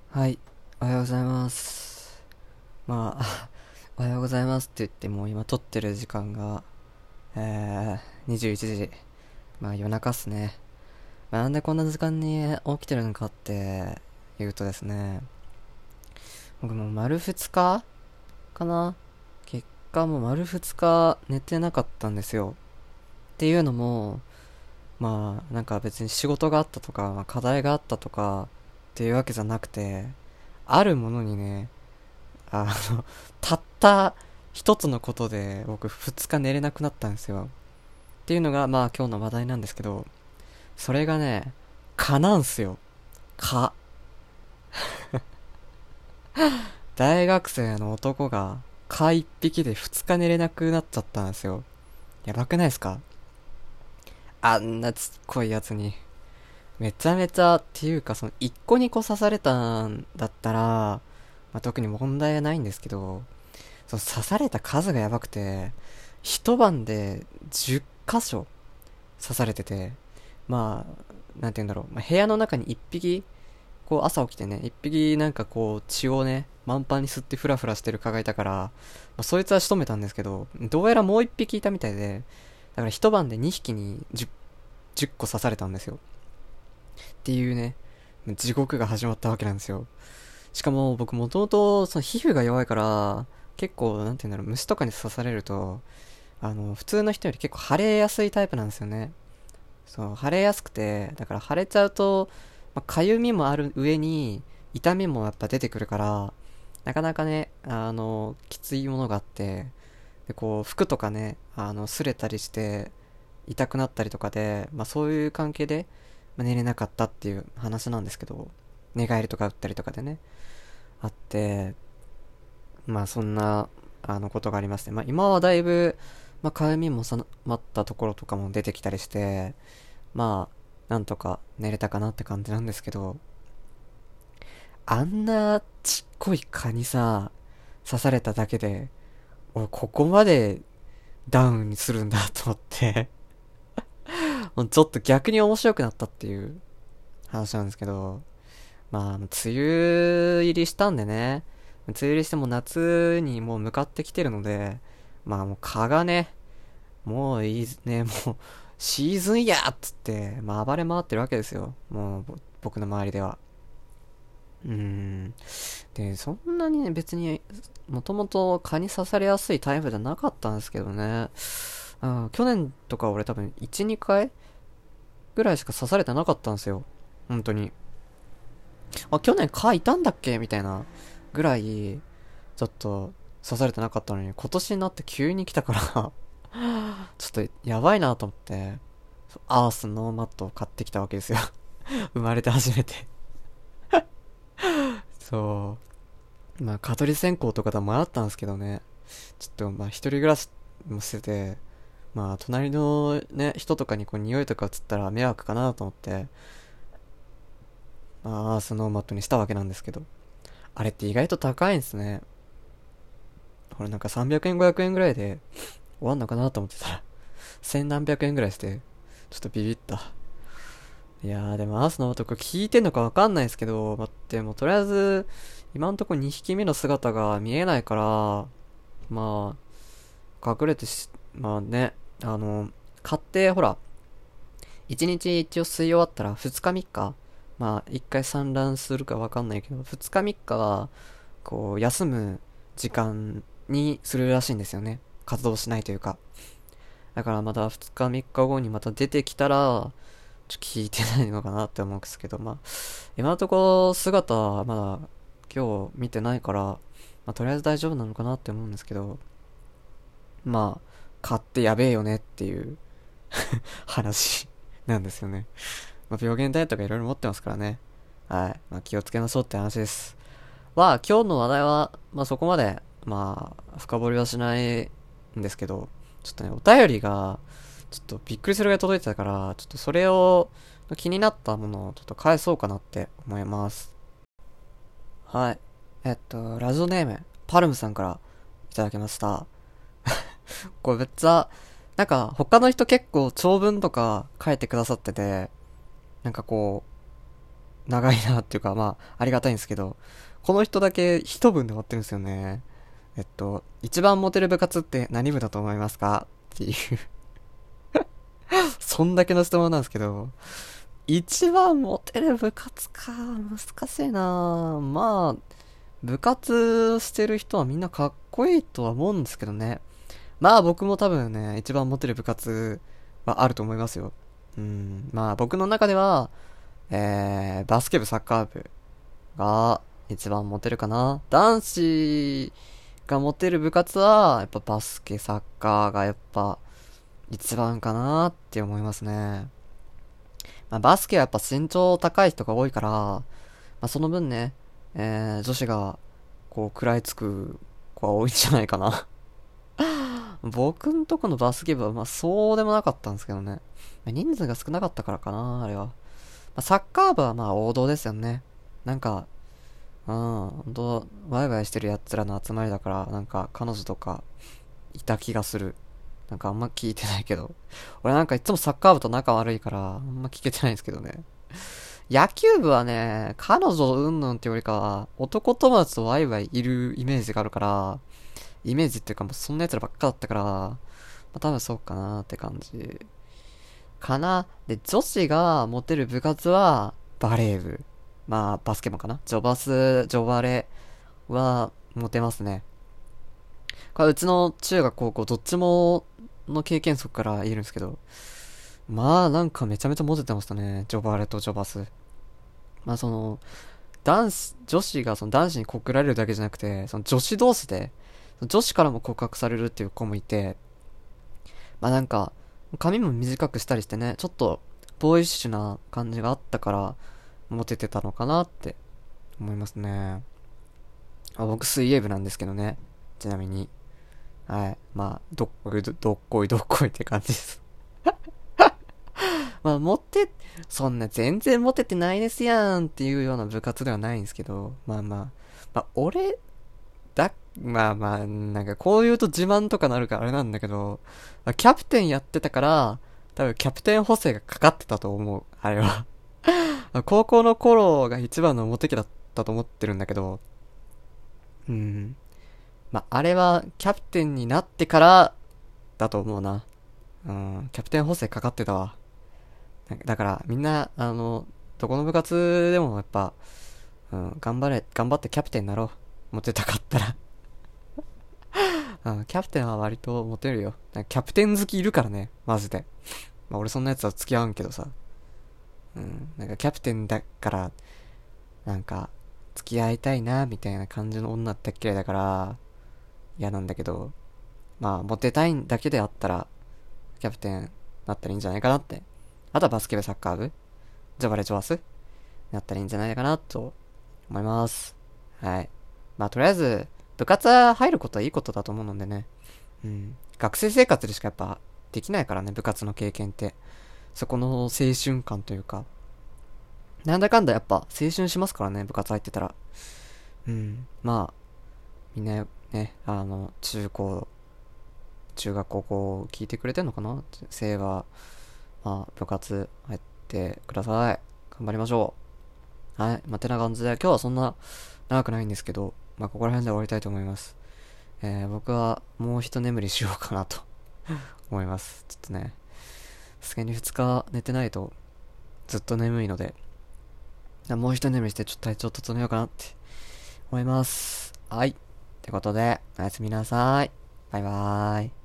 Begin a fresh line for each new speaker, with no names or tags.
はい、おはようございます。おはようございますって言っても今撮ってる時間が、21時。夜中っすね。なんでこんな時間に起きてるのかって言うとですね、僕もう丸2日かな。結果もう丸2日寝てなかったんですよ。っていうのも、なんか別に仕事があったとか、課題があったとかっていうわけじゃなくて、あるものにね、あの、たった一つのことで僕2日寝れなくなったんですよ。っていうのが今日の話題なんですけど、それがね、蚊なんすよ。蚊。大学生の男が蚊一匹で2日寝れなくなっちゃったんですよ。やばくないですか？あんなちっこいやつに。めちゃめちゃっていうか、その1個2個刺されたんだったら、特に問題はないんですけど、その刺された数がやばくて、一晩で10箇所刺されてて、なんて言うんだろう、部屋の中に一匹、こう朝起きてね、一匹なんかこう血をね、満帆に吸ってフラフラしてる蚊がいたから、そいつは仕留めたんですけど、どうやらもう一匹いたみたいで、だから一晩で2匹に10個刺されたんですよ。っていうね、地獄が始まったわけなんですよ。しかも僕もともとその皮膚が弱いから、結構なんて言うんだろう、虫とかに刺されると、普通の人より結構腫れやすいタイプなんですよね。そう、腫れやすくて、だから腫れちゃうと、かゆみもある上に、痛みもやっぱ出てくるから、なかなかね、きついものがあって、で、こう、服とかね、擦れたりして、痛くなったりとかで、そういう関係で、寝れなかったっていう話なんですけど、寝返りとか打ったりとかでね、あって、そんな、ことがありまして、今はだいぶ、かゆみも収まったところとかも出てきたりして、なんとか寝れたかなって感じなんですけど、あんなちっこい蚊にさ、刺されただけで、俺ここまでダウンにするんだと思ってもうちょっと逆に面白くなったっていう話なんですけど、梅雨入りしたんでね、梅雨入りしても夏にもう向かってきてるので、もう蚊がね、もういいね、もうシーズンやっつって、暴れ回ってるわけですよ。もう僕の周りでは。で、そんなにね、別に、もともと蚊に刺されやすいタイプじゃなかったんですけどね。去年とか俺多分1、2回ぐらいしか刺されてなかったんですよ。本当に。去年蚊いたんだっけみたいなぐらい、ちょっと刺されてなかったのに、今年になって急に来たからちょっとやばいなと思って、アースノーマットを買ってきたわけですよ生まれて初めてそう。蚊取り線香とかと迷ったんですけどね。ちょっと一人暮らしもしてて、隣のね、人とかにこう匂いとか移ったら迷惑かなと思って、アースノーマットにしたわけなんですけど、あれって意外と高いんですね。これなんか300円500円ぐらいで終わんのかなと思ってたら、千何百円ぐらいして、ちょっとビビった。いやーでもアースの男聞いてんのかわかんないですけど、待って、もうとりあえず、今んとこ2匹目の姿が見えないから、隠れてね、買ってほら、1日一応吸い終わったら2日3日、1回産卵するかわかんないけど、2日3日は、こう、休む時間にするらしいんですよね。活動しないというか。だからまた2日3日後にまた出てきたら、聞いてないのかなって思うんですけど、今のところ姿はまだ今日見てないから、とりあえず大丈夫なのかなって思うんですけど、買ってやべえよねっていう話なんですよね。病原体とかいろいろ持ってますからね。はい。気をつけましょうって話です。今日の話題は、そこまで、深掘りはしないんですけど、ちょっとね、お便りが、ちょっとびっくりするぐらい届いてたから、ちょっとそれを、気になったものをちょっと返そうかなって思います。はい。ラジオネーム、パルムさんからいただきました。これめっちゃ、なんか他の人結構長文とか書いてくださってて、なんかこ長いなっていうか、まあ、ありがたいんですけど、この人だけ一文で終わってるんですよね。一番モテる部活って何部だと思いますかっていうそんだけの質問なんですけど、一番モテる部活か、難しいな。まあ、部活してる人はみんなかっこいいとは思うんですけどね。まあ僕も多分ね、一番モテる部活はあると思いますよ。まあ僕の中では、バスケ部、サッカー部が一番モテるかな。男子がモテる部活は、やっぱバスケ、サッカーがやっぱ一番かなって思いますね。まあバスケはやっぱ身長高い人が多いから、まあその分ね、女子がこう食らいつく子は多いんじゃないかな。僕んとこのバスケ部はまあそうでもなかったんですけどね。人数が少なかったからかな、あれは。サッカー部はまあ王道ですよね。なんか、ほんと、ワイワイしてるやつらの集まりだから、なんか彼女とかいた気がする。なんかあんま聞いてないけど。俺なんかいつもサッカー部と仲悪いから、あんま聞けてないんですけどね。野球部はね、彼女うんぬんってよりかは、男友達とワイワイいるイメージがあるから、イメージっていうかもうそんな奴らばっかだったから、まあ多分そうかなって感じ。かな。で、女子がモテる部活は、バレー部。まあ、バスケもかな。ジョバス、ジョバレは、モテますね。これうちの中学高校どっちもの経験則から言えるんですけど、まあなんかめちゃめちゃモテてましたね。ジョバレとジョバス。まあその、女子がその男子に告られるだけじゃなくて、その女子同士で、女子からも告白されるっていう子もいて、まあなんか、髪も短くしたりしてね、ちょっと、ボーイッシュな感じがあったから、モテてたのかなって思いますね。僕水泳部なんですけどね。ちなみに。はい。まあ、どっこいって感じです。まあ、そんな全然モテてないですやんっていうような部活ではないんですけど、まあ、まあまあ、なんかこう言うと自慢とかなるからあれなんだけど、キャプテンやってたから、多分キャプテン補正がかかってたと思う、あれは。高校の頃が一番のモテ期だったと思ってるんだけど、うん。まあ、あれはキャプテンになってからだと思うな。うん、キャプテン補正かかってたわ。だからみんな、どこの部活でもやっぱ、頑張ってキャプテンになろう。モテたかったら。キャプテンは割とモテるよ。キャプテン好きいるからね、マジで。まあ俺そんなやつは付き合うんけどさ。なんかキャプテンだから、なんか、付き合いたいな、みたいな感じの女って嫌いだから、嫌なんだけど、まあ、モテたいんだけであったら、キャプテンなったらいいんじゃないかなって。あとはバスケ部、サッカー部、ジョバレジョワスなったらいいんじゃないかなと思います。はい。まあ、とりあえず、部活は入ることはいいことだと思うのでね。学生生活でしかやっぱできないからね、部活の経験って。そこの青春感というか、なんだかんだやっぱ青春しますからね、部活入ってたら。まあ、みんなね、中学高校聞いてくれてんのかな生は、まあ、部活入ってください。頑張りましょう。はい。まあ、てな感じで、今日はそんな長くないんですけど、まあ、ここら辺で終わりたいと思います。僕はもう一眠りしようかなと思います。ちょっとね、さすがに2日寝てないとずっと眠いので、もう一眠りしてちょっと体調整えようかなって思います。はい。ってことで、おやすみなさい。バイバーイ。